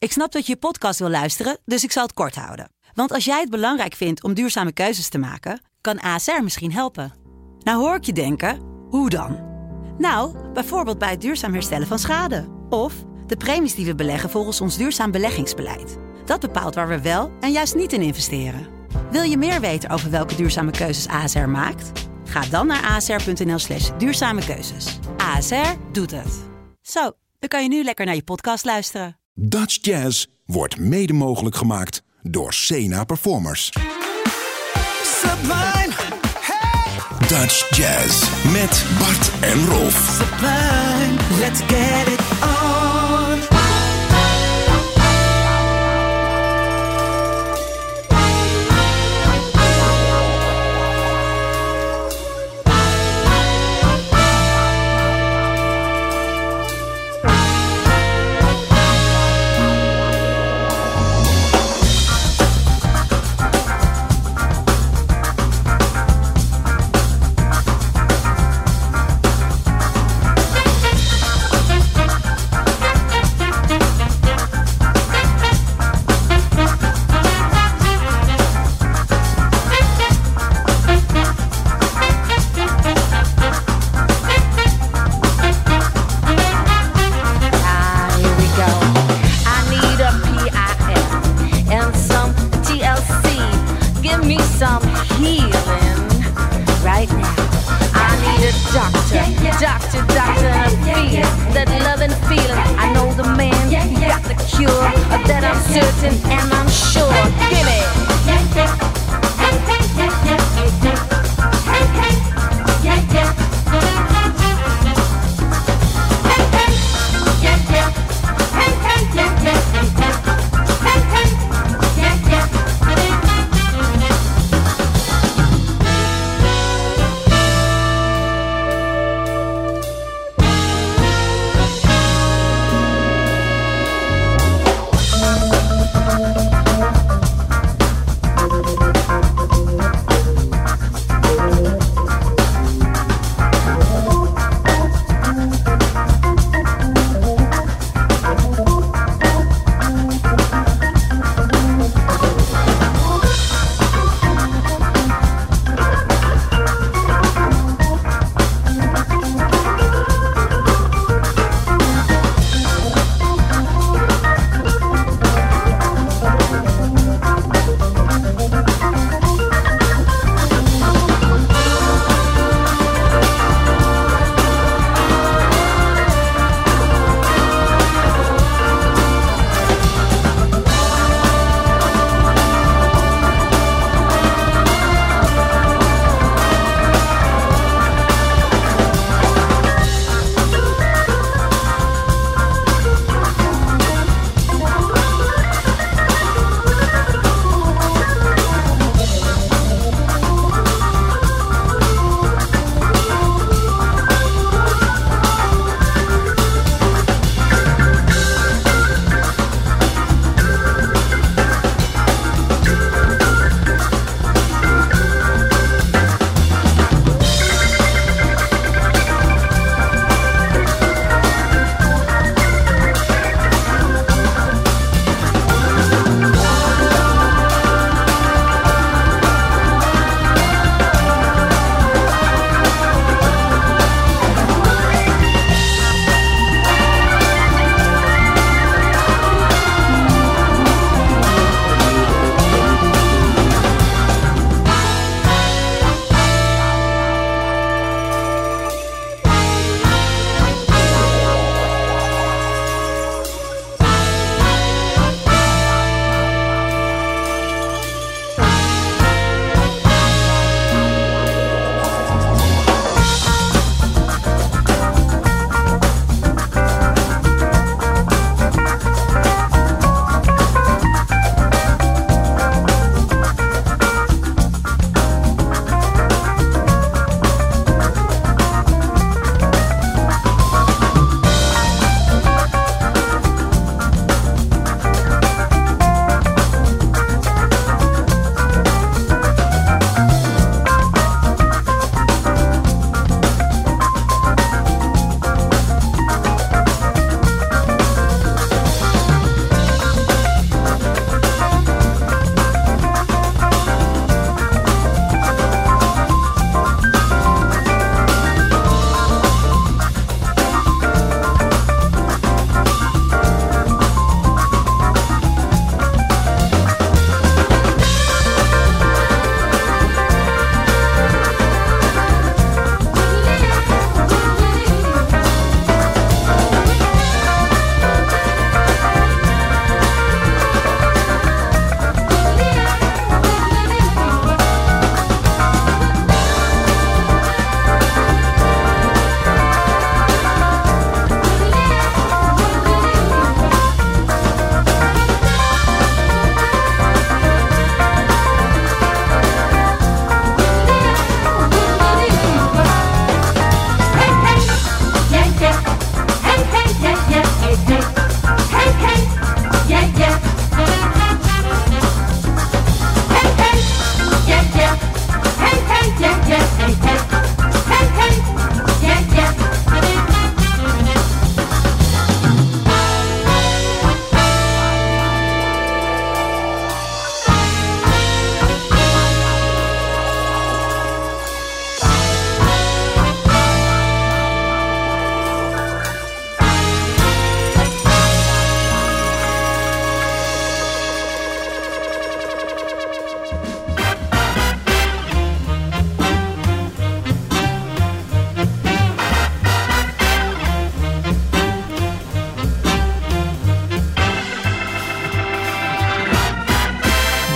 Ik snap dat je podcast wil luisteren, dus ik zal het kort houden. Want als jij het belangrijk vindt om duurzame keuzes te maken, kan ASR misschien helpen. Nou hoor ik je denken, hoe dan? Nou, bijvoorbeeld bij het duurzaam herstellen van schade. Of de premies die we beleggen volgens ons duurzaam beleggingsbeleid. Dat bepaalt waar we wel en juist niet in investeren. Wil je meer weten over welke duurzame keuzes ASR maakt? Ga dan naar asr.nl/duurzame keuzes. ASR doet het. Zo, dan kan je nu lekker naar je podcast luisteren. Dutch Jazz wordt mede mogelijk gemaakt door Sena Performers. Sublime, hey! Dutch Jazz met Bart en Rolf. Sublime, let's get it on.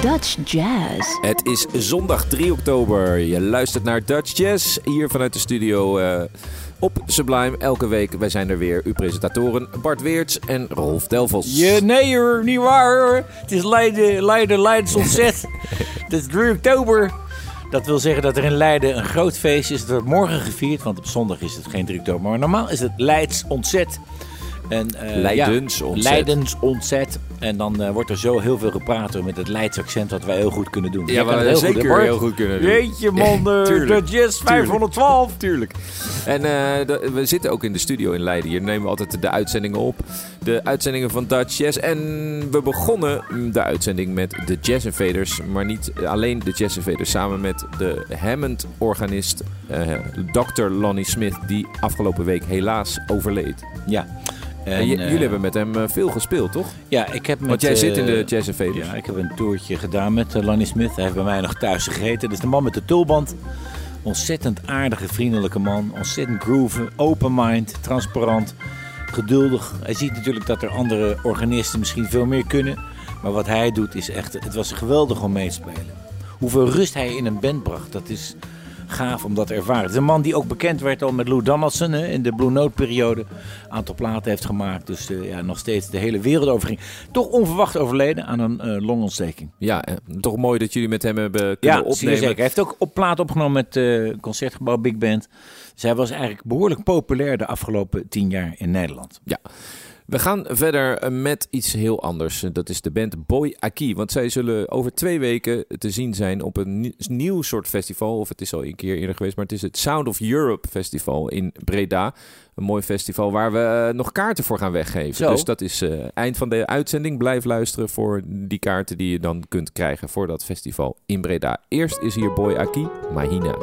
Dutch Jazz. Het is zondag 3 oktober. Je luistert naar Dutch Jazz hier vanuit de studio op Sublime. Elke week, wij zijn er weer. Uw presentatoren Bart Weerts en Rolf Delvos. Nee hoor, niet waar hoor. Het is Leidens ontzet. Het is 3 oktober. Dat wil zeggen dat er in Leiden een groot feest is. Het wordt morgen gevierd, want op zondag is het geen 3 oktober. Maar normaal is het Leids ontzet. En, Leidens ontzet. Leidens ontzet. En dan wordt er zo heel veel gepraat met het Leids accent, wat wij heel goed kunnen doen. Ja, wat we zeker heel goed kunnen doen. Jeetje man, de Jazz 512. Tuurlijk. En we zitten ook in de studio in Leiden. Hier nemen we altijd de uitzendingen op. De uitzendingen van Dutch Jazz. En we begonnen de uitzending met de Jazz Invaders. Maar niet alleen de Jazz Invaders. Samen met de Hammond-organist Dr. Lonnie Smith. Die afgelopen week helaas overleed. Ja. En jullie hebben met hem veel gespeeld, toch? Ja, ik heb met... Want jij zit in de Jazz Invaders. Ja, ik heb een toertje gedaan met Lonnie Smith. Hij heeft bij mij nog thuis gegeten. Dat is de man met de tulband. Ontzettend aardige, vriendelijke man. Ontzettend groove, open mind, transparant, geduldig. Hij ziet natuurlijk dat er andere organisten misschien veel meer kunnen. Maar wat hij doet is echt... Het was geweldig om mee te spelen. Hoeveel rust hij in een band bracht, dat is... gaaf om dat te ervaren. Het is een man die ook bekend werd al met Lou Donaldson in de Blue Note periode. Een aantal platen heeft gemaakt. Dus nog steeds de hele wereld overging. Toch onverwacht overleden aan een longontsteking. Ja, toch mooi dat jullie met hem hebben kunnen opnemen. Zeker. Hij heeft ook op plaat opgenomen met Concertgebouw Big Band. Dus hij was eigenlijk behoorlijk populair de afgelopen 10 jaar in Nederland. Ja. We gaan verder met iets heel anders. Dat is de band Boy Aki. Want zij zullen over 2 weken te zien zijn op een nieuw soort festival. Of het is al een keer eerder geweest. Maar het is het Sound of Europe Festival in Breda. Een mooi festival waar we nog kaarten voor gaan weggeven. Zo. Dus dat is eind van de uitzending. Blijf luisteren voor die kaarten die je dan kunt krijgen voor dat festival in Breda. Eerst is hier Boy Aki, Mahina.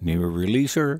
nieuwe releaser.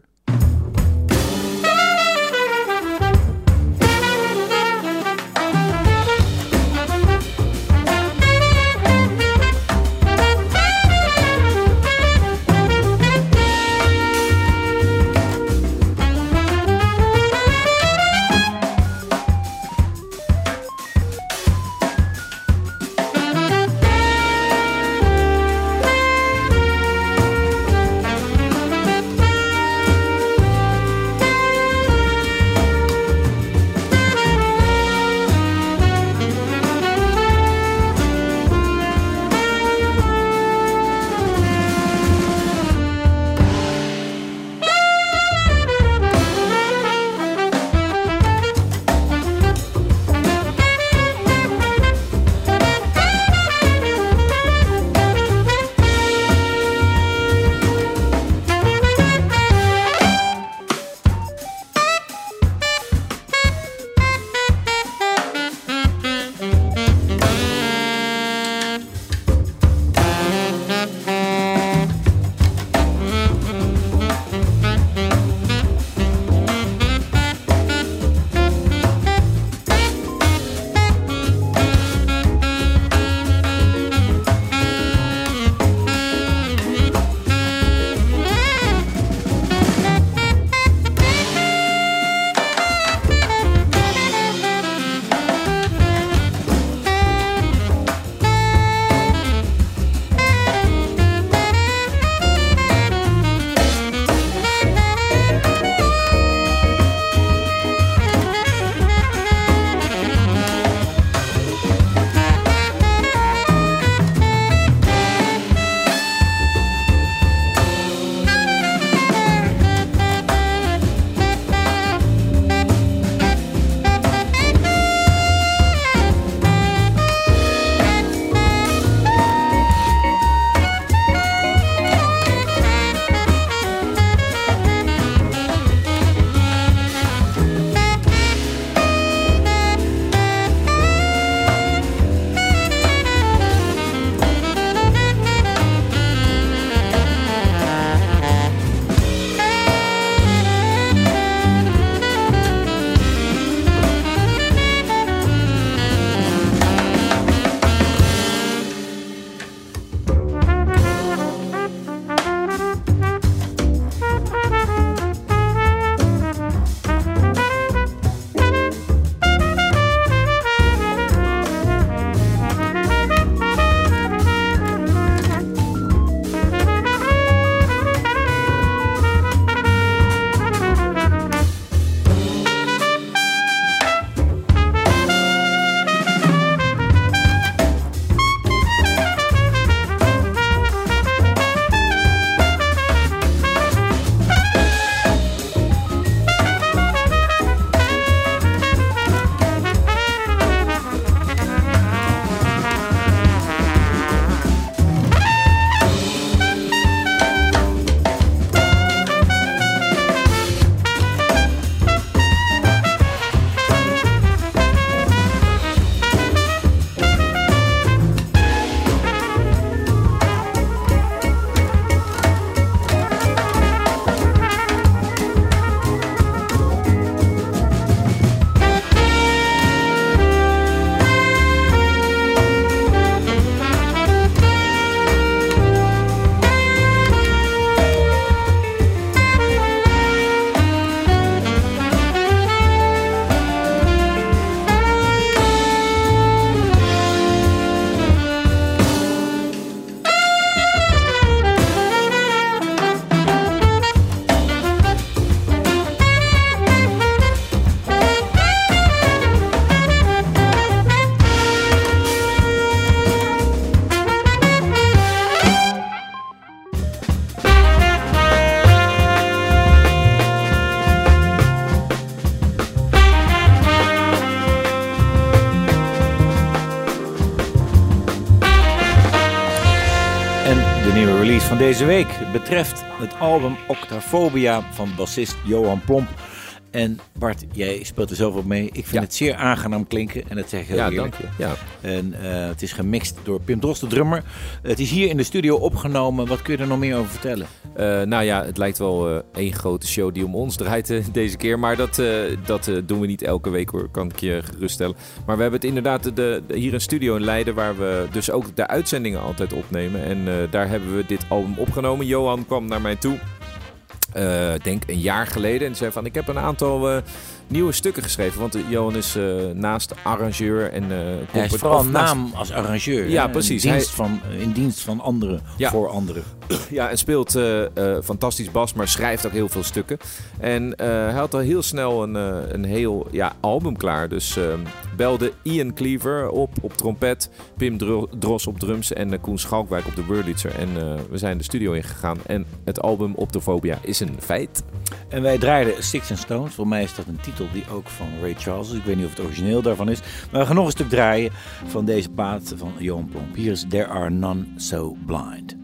release van deze week betreft het album Octaphobia van bassist Johan Plomp. En Bart, jij speelt er zoveel mee. Ik vind het zeer aangenaam klinken en dat zeg ik heel eerlijk. Dank je. Ja. En het is gemixt door Pim Drost, de drummer. Het is hier in de studio opgenomen. Wat kun je er nog meer over vertellen? Het lijkt wel één grote show die om ons draait deze keer. Maar dat doen we niet elke week hoor, kan ik je geruststellen. Maar we hebben het inderdaad hier een studio in Leiden waar we dus ook de uitzendingen altijd opnemen. En daar hebben we dit album opgenomen. Johan kwam naar mij toe. Denk een jaar geleden. En zei van, ik heb een aantal nieuwe stukken geschreven. Want Johan is naast arrangeur en hij is vooral naam als arrangeur. Ja, precies. In dienst van anderen, voor anderen. Ja, en speelt fantastisch bas, maar schrijft ook heel veel stukken. En hij had al heel snel een heel album klaar. Dus belde Ian Cleaver op trompet, Pim Dros op drums en Koen Schalkwijk op de Wurlitzer. En we zijn de studio ingegaan en het album Optophobia is een feit. En wij draaiden Sticks and Stones. Voor mij is dat een titel die ook van Ray Charles is. Ik weet niet of het origineel daarvan is. Maar we gaan nog een stuk draaien van deze plaat van Johan Plomp. Hier is There Are None So Blind.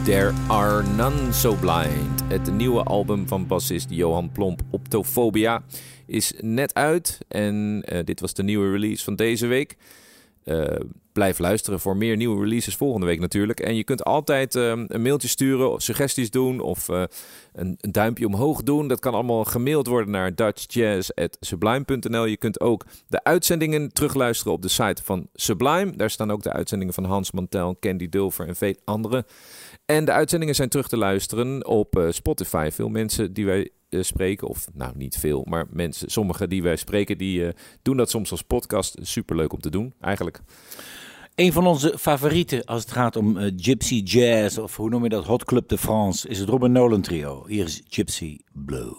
There Are None So Blind. Het nieuwe album van bassist Johan Plomp, Optophobia, is net uit. En dit was de nieuwe release van deze week. Blijf luisteren voor meer nieuwe releases volgende week natuurlijk. En je kunt altijd een mailtje sturen of suggesties doen of een duimpje omhoog doen. Dat kan allemaal gemaild worden naar dutchjazz@sublime.nl. Je kunt ook de uitzendingen terugluisteren op de site van Sublime. Daar staan ook de uitzendingen van Hans Mantel, Candy Dulfer en veel anderen. En de uitzendingen zijn terug te luisteren op Spotify. Veel mensen die wij spreken, of nou niet veel, maar sommigen die wij spreken, die doen dat soms als podcast. Superleuk om te doen, eigenlijk. Een van onze favorieten als het gaat om Gypsy Jazz, of hoe noem je dat, Hot Club de France, is het Robin Nolan trio. Hier is Gypsy Blue.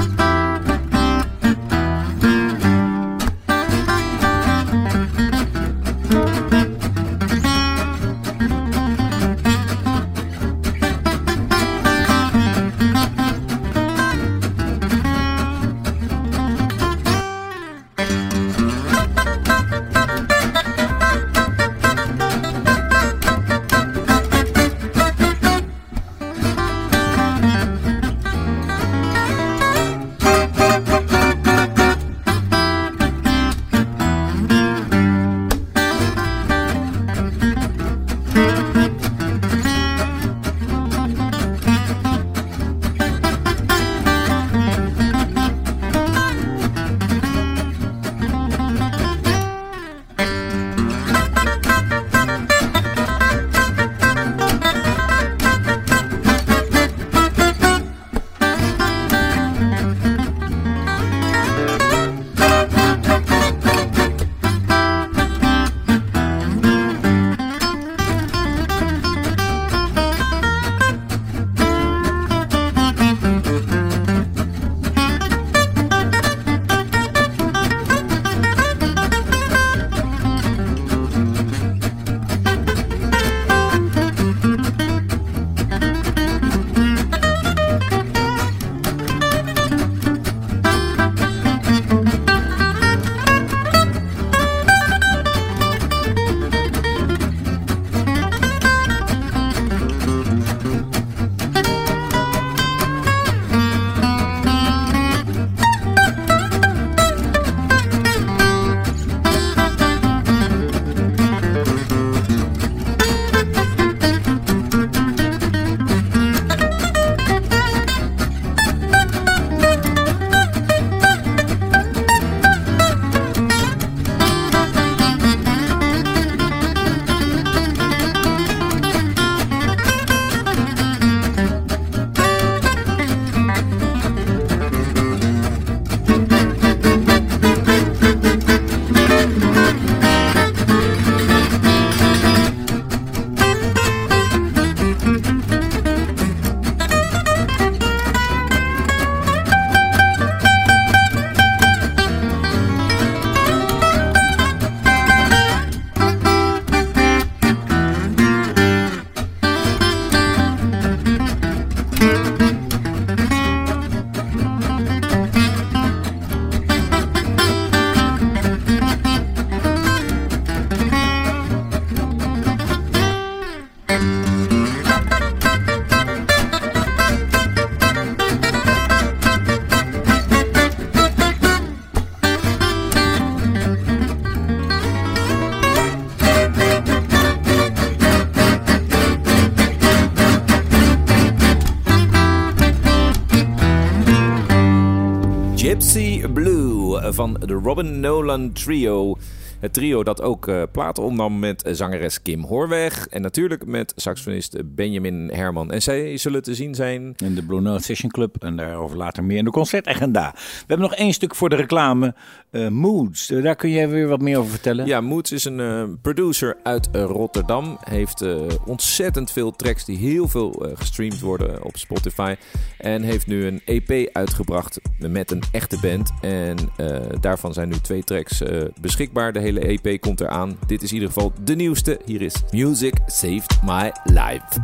Gypsy Blue van de Robin Nolan Trio. Het trio dat ook platen opnam met zangeres Kim Hoorweg en natuurlijk met saxofonist Benjamin Herman. En zij zullen te zien zijn in de Blue Note Session Club en daarover later meer in de concertagenda. We hebben nog 1 stuk voor de reclame. Moods, daar kun jij weer wat meer over vertellen. Ja, Moods is een producer uit Rotterdam. Heeft ontzettend veel tracks die heel veel gestreamd worden op Spotify. En heeft nu een EP uitgebracht met een echte band. En daarvan zijn nu 2 tracks beschikbaar. De hele EP komt eraan. Dit is in ieder geval de nieuwste. Hier is Music Saved My Life.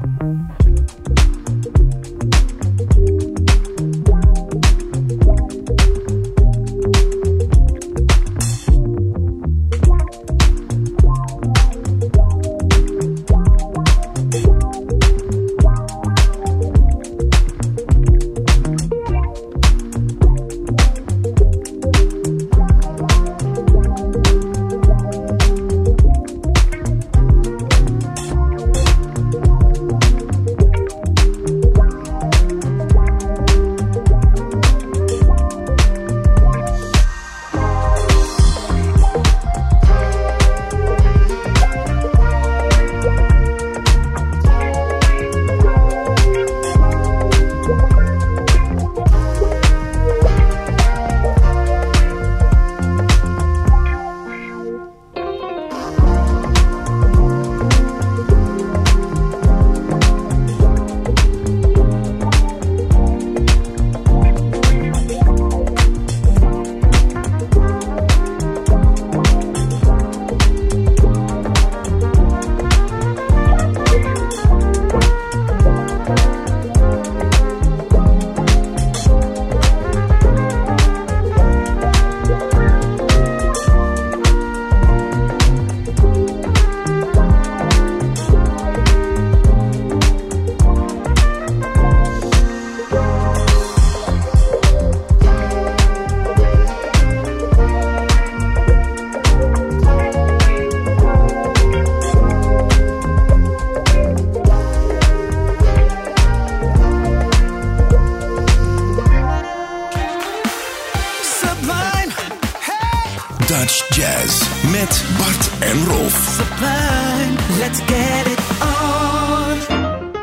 met Bart en Rolf. Sublime, let's get it on.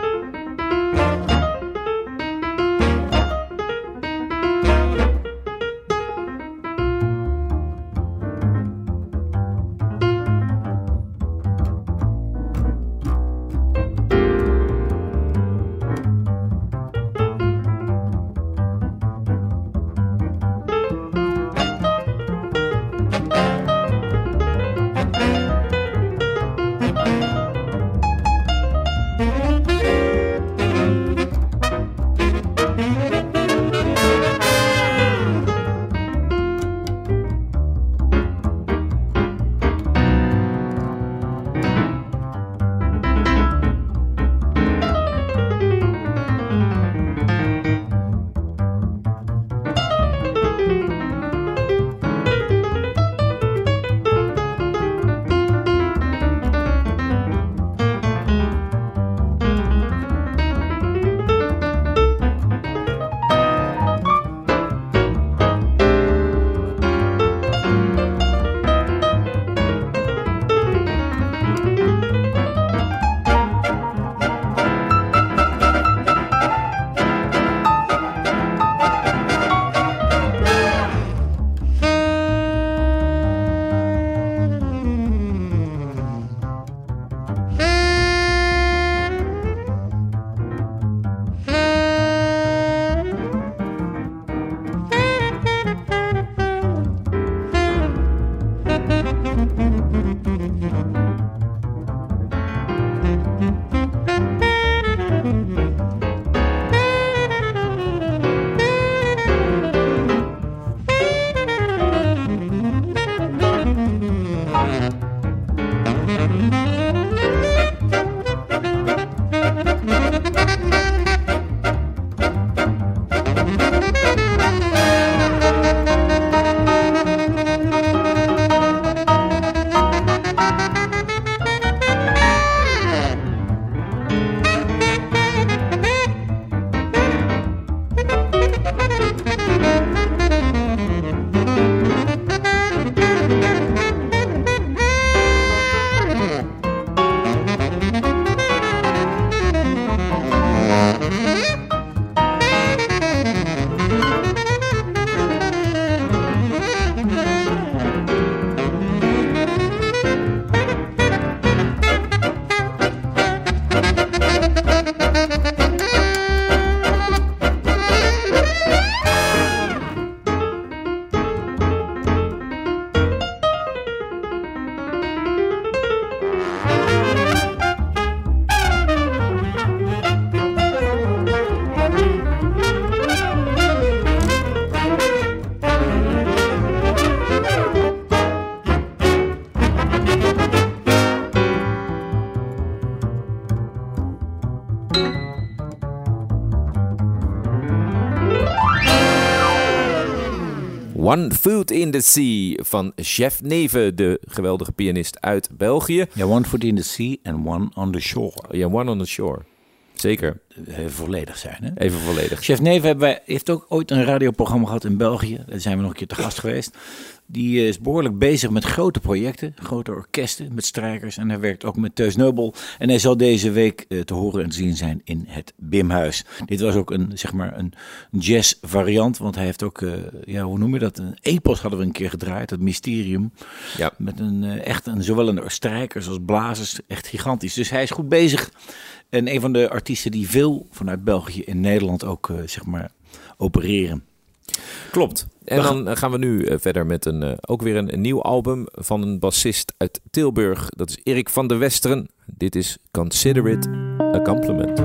One Foot in the Sea van Chef Neve, de geweldige pianist uit België. Ja, One Foot in the Sea and One on the Shore. Ja, One on the Shore. Zeker. Even volledig zijn, hè? Even volledig. Chef Neve heeft ook ooit een radioprogramma gehad in België. Daar zijn we nog een keer te gast geweest. Die is behoorlijk bezig met grote projecten, grote orkesten, met strijkers. En hij werkt ook met Teus Neubel. En hij zal deze week te horen en te zien zijn in het Bimhuis. Dit was ook een jazz variant, want hij heeft ook, hoe noem je dat? Een epos hadden we een keer gedraaid, het Mysterium. Ja. Met zowel een strijkers als blazers, echt gigantisch. Dus hij is goed bezig. En een van de artiesten die veel vanuit België in Nederland ook, opereren. Klopt. En dan gaan we nu verder met ook weer een nieuw album van een bassist uit Tilburg. Dat is Erik van der Westeren. Dit is Consider It a Compliment.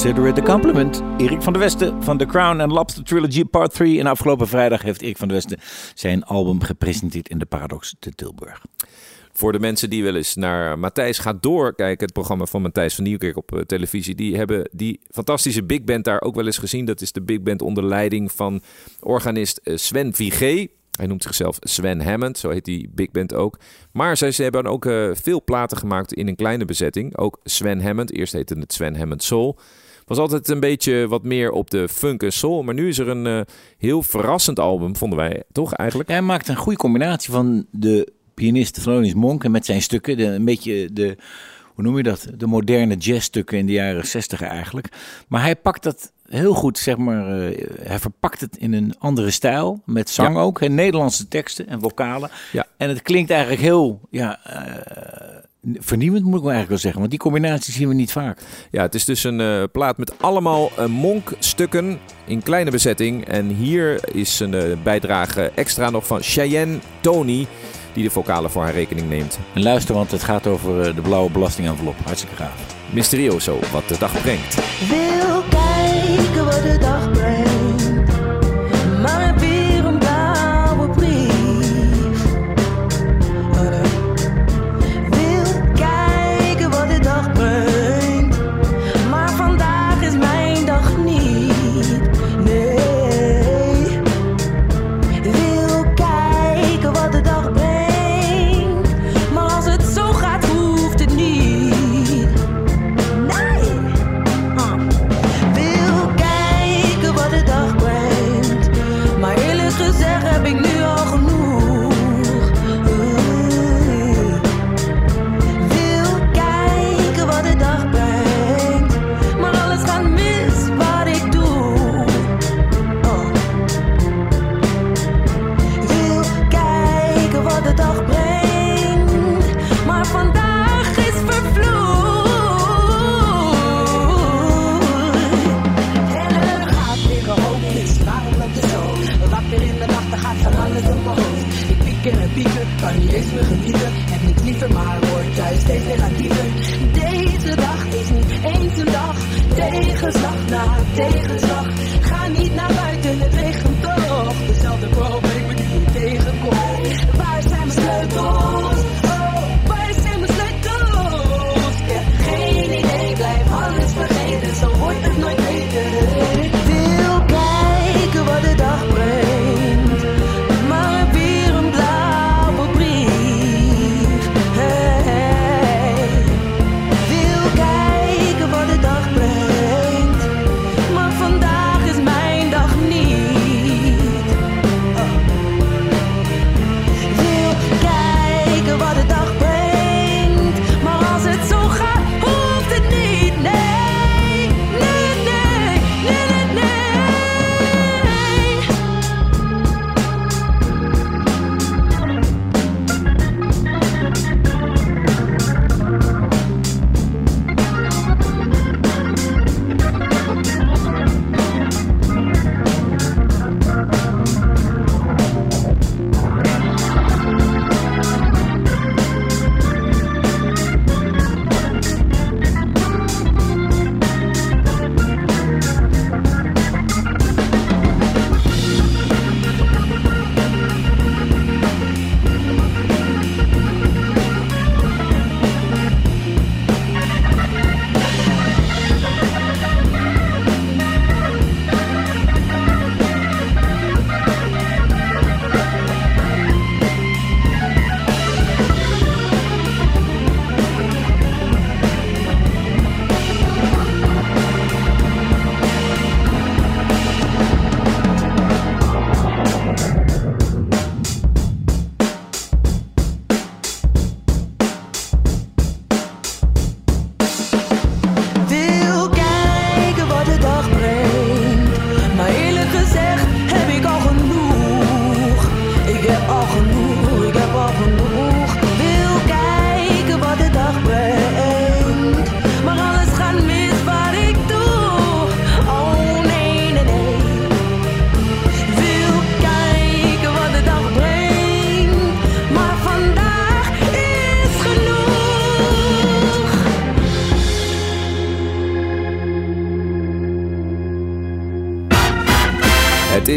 consider it a compliment. Erik van der Westen van The Crown and Lobster Trilogy Part 3. En afgelopen vrijdag heeft Erik van der Westen zijn album gepresenteerd in de Paradox te Tilburg. Voor de mensen die wel eens naar Matthijs gaat doorkijken, het programma van Matthijs van Nieuwkerk op televisie, die hebben die fantastische big band daar ook wel eens gezien. Dat is de big band onder leiding van organist Sven Vigé. Hij noemt zichzelf Sven Hammond, zo heet die big band ook. Maar ze hebben ook veel platen gemaakt in een kleine bezetting. Ook Sven Hammond, eerst heette het Sven Hammond Soul. Was altijd een beetje wat meer op de funk en soul. Maar nu is er een heel verrassend album, vonden wij toch eigenlijk. Hij maakt een goede combinatie van de pianist Thelonious Monk en met zijn stukken. Een beetje de, hoe noem je dat? De moderne jazzstukken in de jaren 60 eigenlijk. Maar hij pakt dat heel goed, zeg maar. Hij verpakt het in een andere stijl. Met zang ook. En Nederlandse teksten en vocalen. Ja. En het klinkt eigenlijk heel vernieuwend, moet ik wel eigenlijk wel zeggen. Want die combinatie zien we niet vaak. Ja, het is dus een plaat met allemaal Monk-stukken in kleine bezetting. En hier is een bijdrage extra nog van Cheyenne Tony, die de vocalen voor haar rekening neemt. En luister, want het gaat over de blauwe belastingenvelop. Hartstikke gaaf. Mysterioso, wat de dag brengt. Wil kijken wat de dag brengt, maar heb weer een blauwe brief. Wil kijken wat de dag brengt, maar vandaag is mijn dag niet. Nee. Wil kijken wat de dag brengt, maar als het zo gaat hoeft het niet. Gezegd heb ik nu al genoeg. Wil kijken wat de dag brengt, maar alles gaat mis wat ik doe. Wil kijken wat de dag brengt, maar vandaag is vervloeid. En er gaat weer een hoop mis, waarom loopt het zo? Wakker in de nacht, dan gaat van alles op mijn hoofd. Ik piek en piepen, kan niet eens meer genieten. Heb niks liever, maar word thuis steeds negatiever. Deze dag is niet eens een dag. Tegenslag na tegenslag. Ga niet naar buiten, het regent toch. Dezelfde probleem die ik tegenkom. Waar zijn mijn sleutels? Oh, waar zijn mijn sleutels? Ik heb geen idee, blijf alles vergeten. Zo wordt het nooit beter. Ik wil kijken wat de dag brengt, maar heb weer een blauwe brief. Hey. Wil kijken wat de dag brengt, maar vandaag is mijn dag niet.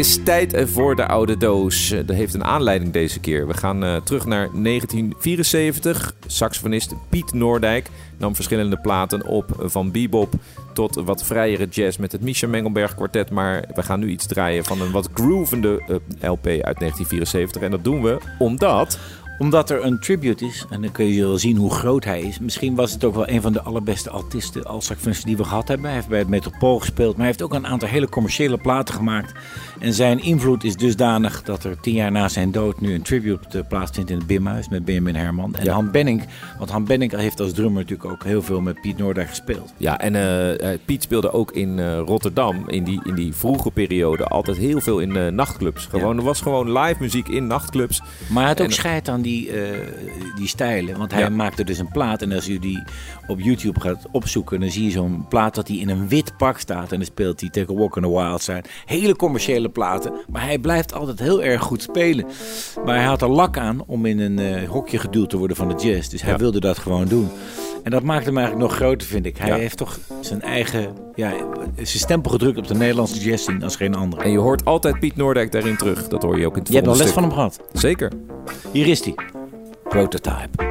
is tijd voor de oude doos. Dat heeft een aanleiding deze keer. We gaan terug naar 1974. Saxofonist Piet Noordijk nam verschillende platen op, van bebop tot wat vrijere jazz met het Misha Mengelberg kwartet. Maar we gaan nu iets draaien van een wat groovende LP uit 1974. En dat doen we omdat er een tribute is, en dan kun je wel zien hoe groot hij is. Misschien was het ook wel een van de allerbeste altisten als saxofonisten die we gehad hebben. Hij heeft bij het Metropool gespeeld, maar hij heeft ook een aantal hele commerciële platen gemaakt. En zijn invloed is dusdanig dat er 10 jaar na zijn dood nu een tribute plaatsvindt in het Bimhuis met Benjamin Herman. En Han Benning, want Han Benning heeft als drummer natuurlijk ook heel veel met Piet Noordijk gespeeld. Ja, en Piet speelde ook in Rotterdam in die vroege periode altijd heel veel in nachtclubs. Er was gewoon live muziek in nachtclubs. Maar hij had ook scheid aan die stijlen. Want hij maakte dus een plaat. En als u die op YouTube gaat opzoeken, dan zie je zo'n plaat dat hij in een wit pak staat. En dan speelt hij Take a Walk on the Wild Side. Hele commerciële platen. Maar hij blijft altijd heel erg goed spelen. Maar hij had er lak aan om in een hokje geduwd te worden van de jazz. Dus hij wilde dat gewoon doen. En dat maakt hem eigenlijk nog groter, vind ik. Hij heeft toch zijn eigen zijn stempel gedrukt op de Nederlandse jazz scene als geen andere. En je hoort altijd Piet Noordijk daarin terug. Dat hoor je ook in het volgende stuk. Je hebt al les stuk. van hem gehad. Zeker. Hier is hij. Prototype.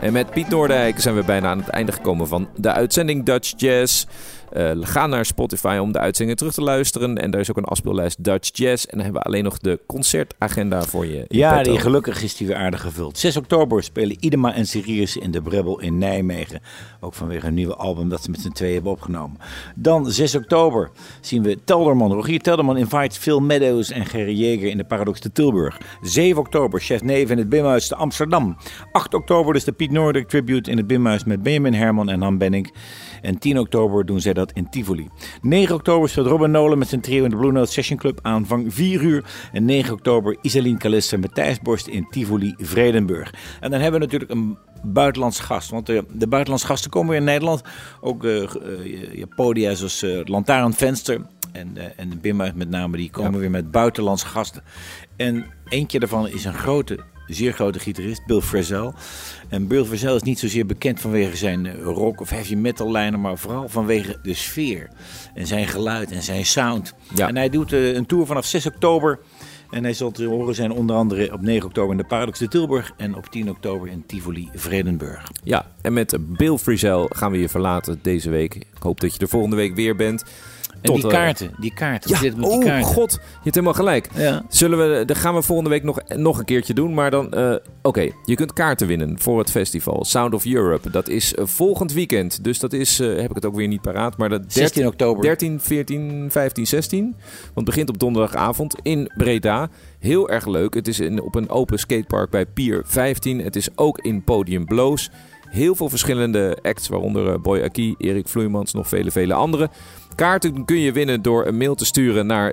En met Piet Noordijk zijn we bijna aan het einde gekomen van de uitzending Dutch Jazz. Ga naar Spotify om de uitzendingen terug te luisteren. En daar is ook een afspeellijst Dutch Jazz. En dan hebben we alleen nog de concertagenda voor je. Ja, die gelukkig is die weer aardig gevuld. 6 oktober spelen Idema en Sirius in de Brebbel in Nijmegen. Ook vanwege een nieuwe album dat ze met z'n tweeën hebben opgenomen. Dan 6 oktober zien we Telderman. Rogier Telderman invites Phil Meadows en Gerry Jeger in de Paradox te Tilburg. 7 oktober Chef Neef in het Bimhuis te Amsterdam. 8 oktober dus de Piet Noordijk Tribute in het Bimhuis met Benjamin Herman en Han Benning. En 10 oktober doen zij dat in Tivoli. 9 oktober speelt Robin Nolan met zijn trio in de Blue Note Session Club, aanvang 4 uur. En 9 oktober Isaline Callister met Thijs Borst in Tivoli, Vredenburg. En dan hebben we natuurlijk een buitenlands gast. Want de buitenlandse gasten komen weer in Nederland. Ook podia zoals Lantaarnvenster en de Bimhuis met name, die komen weer met buitenlandse gasten. En eentje daarvan is een zeer grote gitarist, Bill Frisell. En Bill Frisell is niet zozeer bekend vanwege zijn rock of heavy metal lijnen, maar vooral vanwege de sfeer en zijn geluid en zijn sound. Ja. En hij doet een tour vanaf 6 oktober. En hij zal te horen zijn onder andere op 9 oktober in de Paradox te Tilburg en op 10 oktober in Tivoli, Vredenburg. Ja, en met Bill Frisell gaan we je verlaten deze week. Ik hoop dat je er volgende week weer bent. En die kaarten. Ja, god, je hebt helemaal gelijk. Ja. Dat gaan we volgende week nog een keertje doen. Maar dan, oké, je kunt kaarten winnen voor het festival Sound of Europe. Dat is volgend weekend. Dus dat is, heb ik het ook weer niet paraat. Maar dat 16 oktober. 13, 14, 15, 16. Want het begint op donderdagavond in Breda. Heel erg leuk. Het is op een open skatepark bij Pier 15. Het is ook in Podium Blows. Heel veel verschillende acts, waaronder Boy Aki, Erik Vloeimans, nog vele anderen. Kaarten kun je winnen door een mail te sturen naar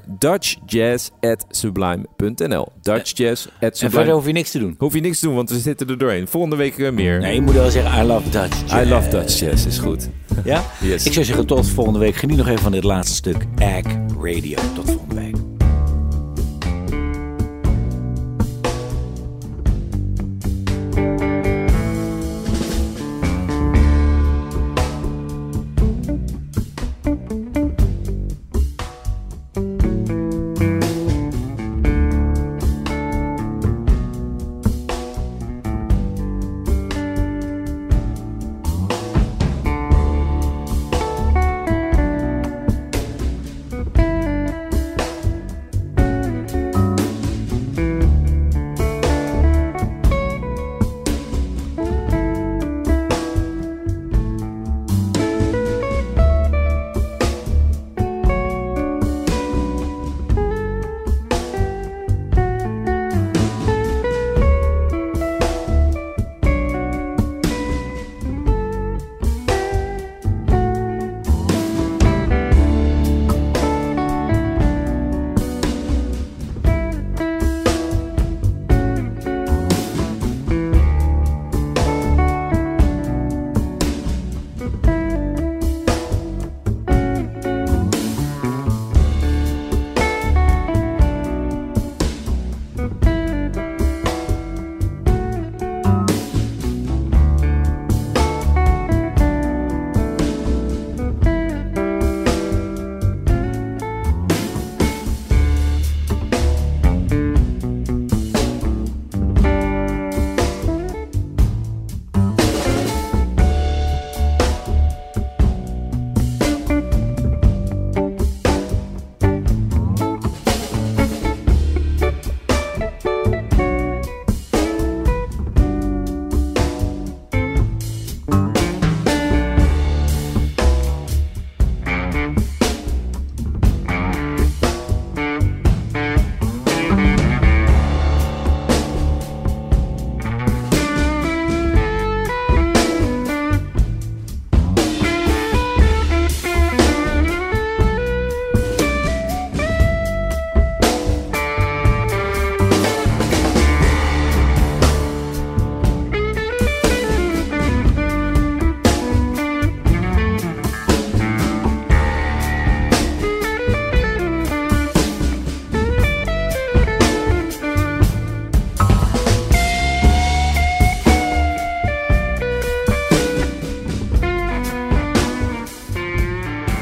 dutchjazz@sublime.nl. Dutchjazz@sublime. En verder hoef je niks te doen. Hoef je niks te doen, want we zitten er doorheen. Volgende week meer. Nee, je moet wel zeggen, I love Dutch Jazz. I love Dutch Jazz, is goed. Ja? Yes. Ik zou zeggen, tot volgende week. Geniet nog even van dit laatste stuk, Ag Radio. Tot volgende week.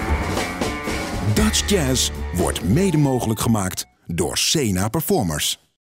Dutch Jazz wordt mede mogelijk gemaakt door Sena Performers.